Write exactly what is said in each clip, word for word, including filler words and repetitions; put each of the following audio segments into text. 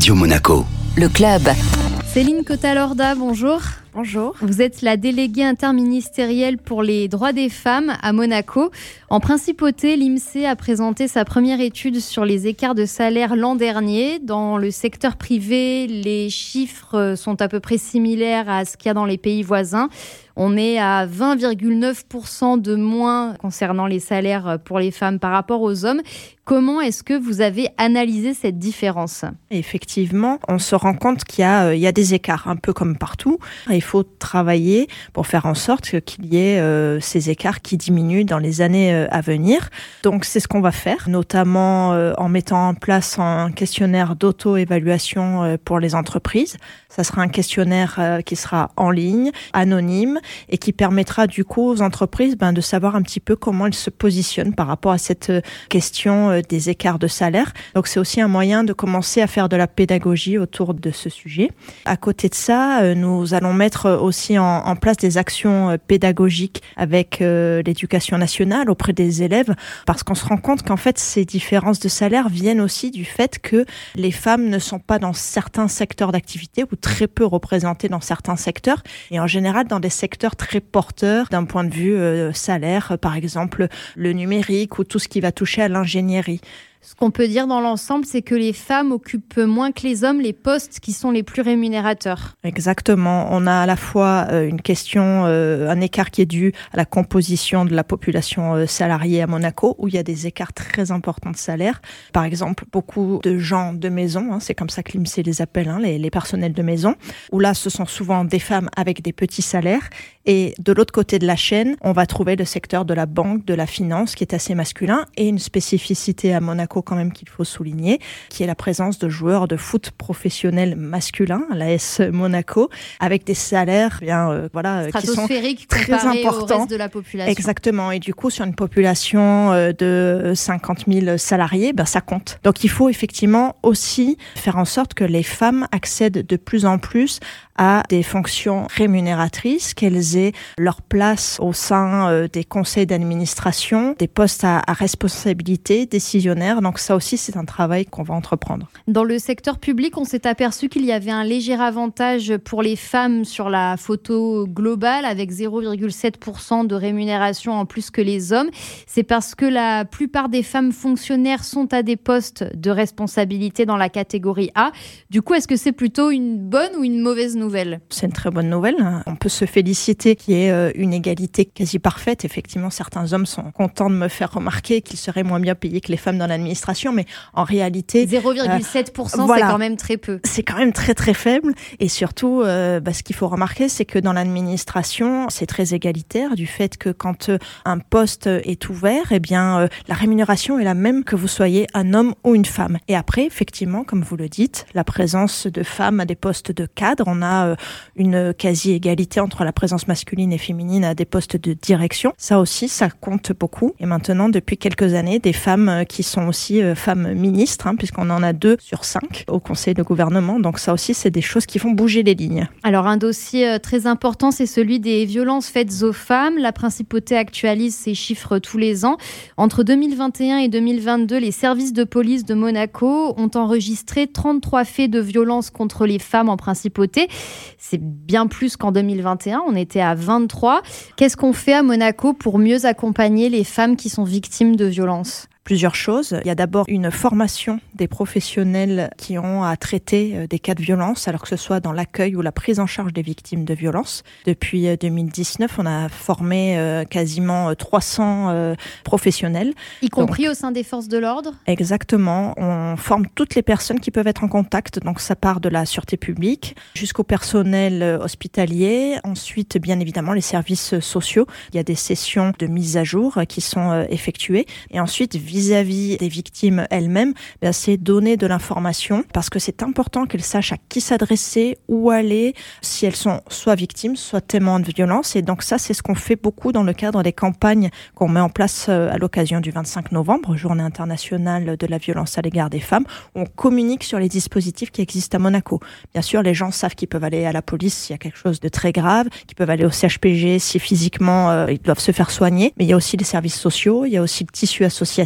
Radio Monaco. Le club. Céline Cotalorda, bonjour. Bonjour. Vous êtes la déléguée interministérielle pour les droits des femmes à Monaco. En principauté, l'INSEE a présenté sa première étude sur les écarts de salaire l'an dernier. Dans le secteur privé, les chiffres sont à peu près similaires à ce qu'il y a dans les pays voisins. On est à vingt virgule neuf pour cent de moins concernant les salaires pour les femmes par rapport aux hommes. Comment est-ce que vous avez analysé cette différence ? Effectivement, on se rend compte qu'il y a, euh, il y a des écarts, un peu comme partout. Il faut travailler pour faire en sorte qu'il y ait euh, ces écarts qui diminuent dans les années euh, à venir. Donc c'est ce qu'on va faire, notamment euh, en mettant en place un questionnaire d'auto-évaluation euh, pour les entreprises. Ça sera un questionnaire euh, qui sera en ligne, anonyme, et qui permettra du coup aux entreprises ben, de savoir un petit peu comment elles se positionnent par rapport à cette euh, question euh, des écarts de salaire. Donc c'est aussi un moyen de commencer à faire de la pédagogie autour de ce sujet. À côté de ça, euh, nous allons mettre aussi en, en place des actions euh, pédagogiques avec euh, l'éducation nationale auprès des élèves, parce qu'on se rend compte qu'en fait ces différences de salaire viennent aussi du fait que les femmes ne sont pas dans certains secteurs d'activité ou très peu représentées dans certains secteurs, et en général dans des secteurs très porteurs d'un point de vue euh, salaire, par exemple le numérique ou tout ce qui va toucher à l'ingénierie. Ce qu'on peut dire dans l'ensemble, c'est que les femmes occupent moins que les hommes les postes qui sont les plus rémunérateurs. Exactement. On a à la fois euh, une question, euh, un écart qui est dû à la composition de la population euh, salariée à Monaco, où il y a des écarts très importants de salaire. Par exemple, beaucoup de gens de maison, hein, c'est comme ça que l'INSEE les appelle, hein, les, les personnels de maison, où là, ce sont souvent des femmes avec des petits salaires. Et de l'autre côté de la chaîne, on va trouver le secteur de la banque, de la finance, qui est assez masculin, et une spécificité à Monaco quand même qu'il faut souligner, qui est la présence de joueurs de foot professionnels masculins, l'A S Monaco, avec des salaires bien, euh, voilà, qui sont très importants au reste de la population. Exactement, et du coup sur une population euh, de cinquante mille salariés, ben, ça compte. Donc il faut effectivement aussi faire en sorte que les femmes accèdent de plus en plus à des fonctions rémunératrices, qu'elles aient leur place au sein euh, des conseils d'administration, des postes à, à responsabilité décisionnaire. Donc ça aussi, c'est un travail qu'on va entreprendre. Dans le secteur public, on s'est aperçu qu'il y avait un léger avantage pour les femmes sur la photo globale, avec zéro virgule sept pour cent de rémunération en plus que les hommes. C'est parce que la plupart des femmes fonctionnaires sont à des postes de responsabilité dans la catégorie A. Du coup, est-ce que c'est plutôt une bonne ou une mauvaise nouvelle ? Nouvelle. C'est une très bonne nouvelle. On peut se féliciter qu'il y ait une égalité quasi parfaite. Effectivement, certains hommes sont contents de me faire remarquer qu'ils seraient moins bien payés que les femmes dans l'administration, mais en réalité... zéro virgule sept pour cent, euh, voilà, c'est quand même très peu. C'est quand même très très faible. Et surtout, euh, bah, ce qu'il faut remarquer, c'est que dans l'administration, c'est très égalitaire du fait que quand euh, un poste est ouvert, eh bien, euh, la rémunération est la même que vous soyez un homme ou une femme. Et après, effectivement, comme vous le dites, la présence de femmes à des postes de cadre, on a une quasi-égalité entre la présence masculine et féminine à des postes de direction. Ça aussi, ça compte beaucoup. Et maintenant, depuis quelques années, des femmes qui sont aussi femmes ministres, hein, puisqu'on en a deux sur cinq au conseil de gouvernement. Donc ça aussi, c'est des choses qui font bouger les lignes. Alors un dossier très important, c'est celui des violences faites aux femmes. La principauté actualise ces chiffres tous les ans. Entre deux mille vingt et un et deux mille vingt-deux, les services de police de Monaco ont enregistré trente-trois faits de violences contre les femmes en principauté. C'est bien plus qu'en deux mille vingt et un, on était à vingt-trois. Qu'est-ce qu'on fait à Monaco pour mieux accompagner les femmes qui sont victimes de violences ? Plusieurs choses. Il y a d'abord une formation des professionnels qui ont à traiter des cas de violence, alors que ce soit dans l'accueil ou la prise en charge des victimes de violence. Depuis deux mille dix-neuf, on a formé quasiment trois cents professionnels. Y compris donc, au sein des forces de l'ordre ? Exactement. On forme toutes les personnes qui peuvent être en contact. Donc ça part de la sûreté publique jusqu'au personnel hospitalier. Ensuite, bien évidemment, les services sociaux. Il y a des sessions de mise à jour qui sont effectuées. Et ensuite, vis-à-vis des victimes elles-mêmes, bien, c'est donner de l'information parce que c'est important qu'elles sachent à qui s'adresser, où aller, si elles sont soit victimes, soit témoins de violence. Et donc ça, c'est ce qu'on fait beaucoup dans le cadre des campagnes qu'on met en place à l'occasion du vingt-cinq novembre, Journée internationale de la violence à l'égard des femmes. On communique sur les dispositifs qui existent à Monaco. Bien sûr, les gens savent qu'ils peuvent aller à la police s'il y a quelque chose de très grave, qu'ils peuvent aller au C H P G si physiquement euh, ils doivent se faire soigner. Mais il y a aussi les services sociaux, il y a aussi le tissu associatif.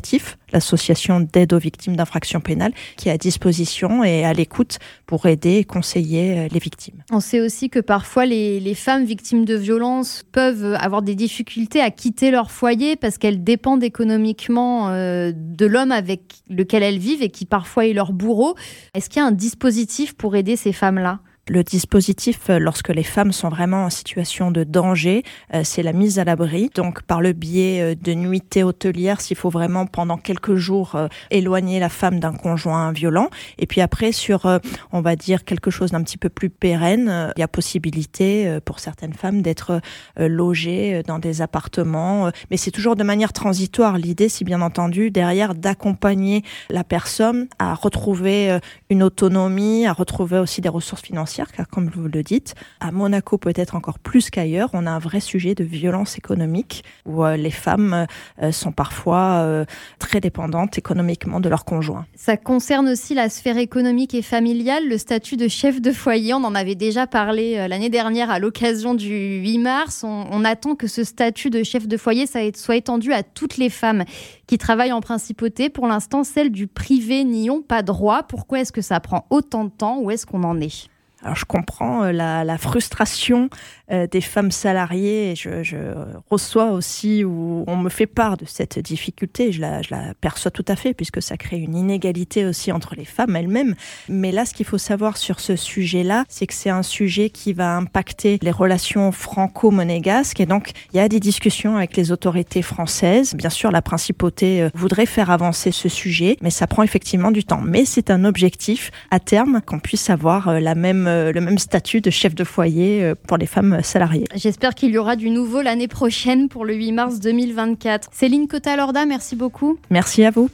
l'association d'aide aux victimes d'infractions pénales, qui est à disposition et à l'écoute pour aider et conseiller les victimes. On sait aussi que parfois les, les femmes victimes de violences peuvent avoir des difficultés à quitter leur foyer parce qu'elles dépendent économiquement euh, de l'homme avec lequel elles vivent et qui parfois est leur bourreau. Est-ce qu'il y a un dispositif pour aider ces femmes-là ? Le dispositif, lorsque les femmes sont vraiment en situation de danger, euh, c'est la mise à l'abri. Donc, par le biais de nuitées hôtelières, s'il faut vraiment pendant quelques jours euh, éloigner la femme d'un conjoint violent. Et puis après, sur, euh, on va dire, quelque chose d'un petit peu plus pérenne, euh, il y a possibilité euh, pour certaines femmes d'être euh, logées dans des appartements. Euh, mais c'est toujours de manière transitoire. L'idée, c'est bien entendu, derrière, d'accompagner la personne à retrouver euh, une autonomie, à retrouver aussi des ressources financières. Car comme vous le dites, à Monaco peut-être encore plus qu'ailleurs, on a un vrai sujet de violence économique où euh, les femmes euh, sont parfois euh, très dépendantes économiquement de leur conjoint. Ça concerne aussi la sphère économique et familiale, le statut de chef de foyer. On en avait déjà parlé euh, l'année dernière à l'occasion du huit mars. On, on attend que ce statut de chef de foyer ça soit étendu à toutes les femmes qui travaillent en principauté. Pour l'instant, celles du privé n'y ont pas droit. Pourquoi est-ce que ça prend autant de temps ? Où est-ce qu'on en est ? Alors je comprends euh, la, la frustration euh, des femmes salariées. Je, je reçois aussi où on me fait part de cette difficulté. Je la, je la perçois tout à fait puisque ça crée une inégalité aussi entre les femmes elles-mêmes. Mais là, ce qu'il faut savoir sur ce sujet-là, c'est que c'est un sujet qui va impacter les relations franco-monégasques. Et donc, il y a des discussions avec les autorités françaises. Bien sûr, la principauté euh, voudrait faire avancer ce sujet, mais ça prend effectivement du temps. Mais c'est un objectif à terme qu'on puisse avoir euh, la même le même statut de chef de foyer pour les femmes salariées. J'espère qu'il y aura du nouveau l'année prochaine pour le huit mars deux mille vingt-quatre. Céline Cota-Lorda, merci beaucoup. Merci à vous.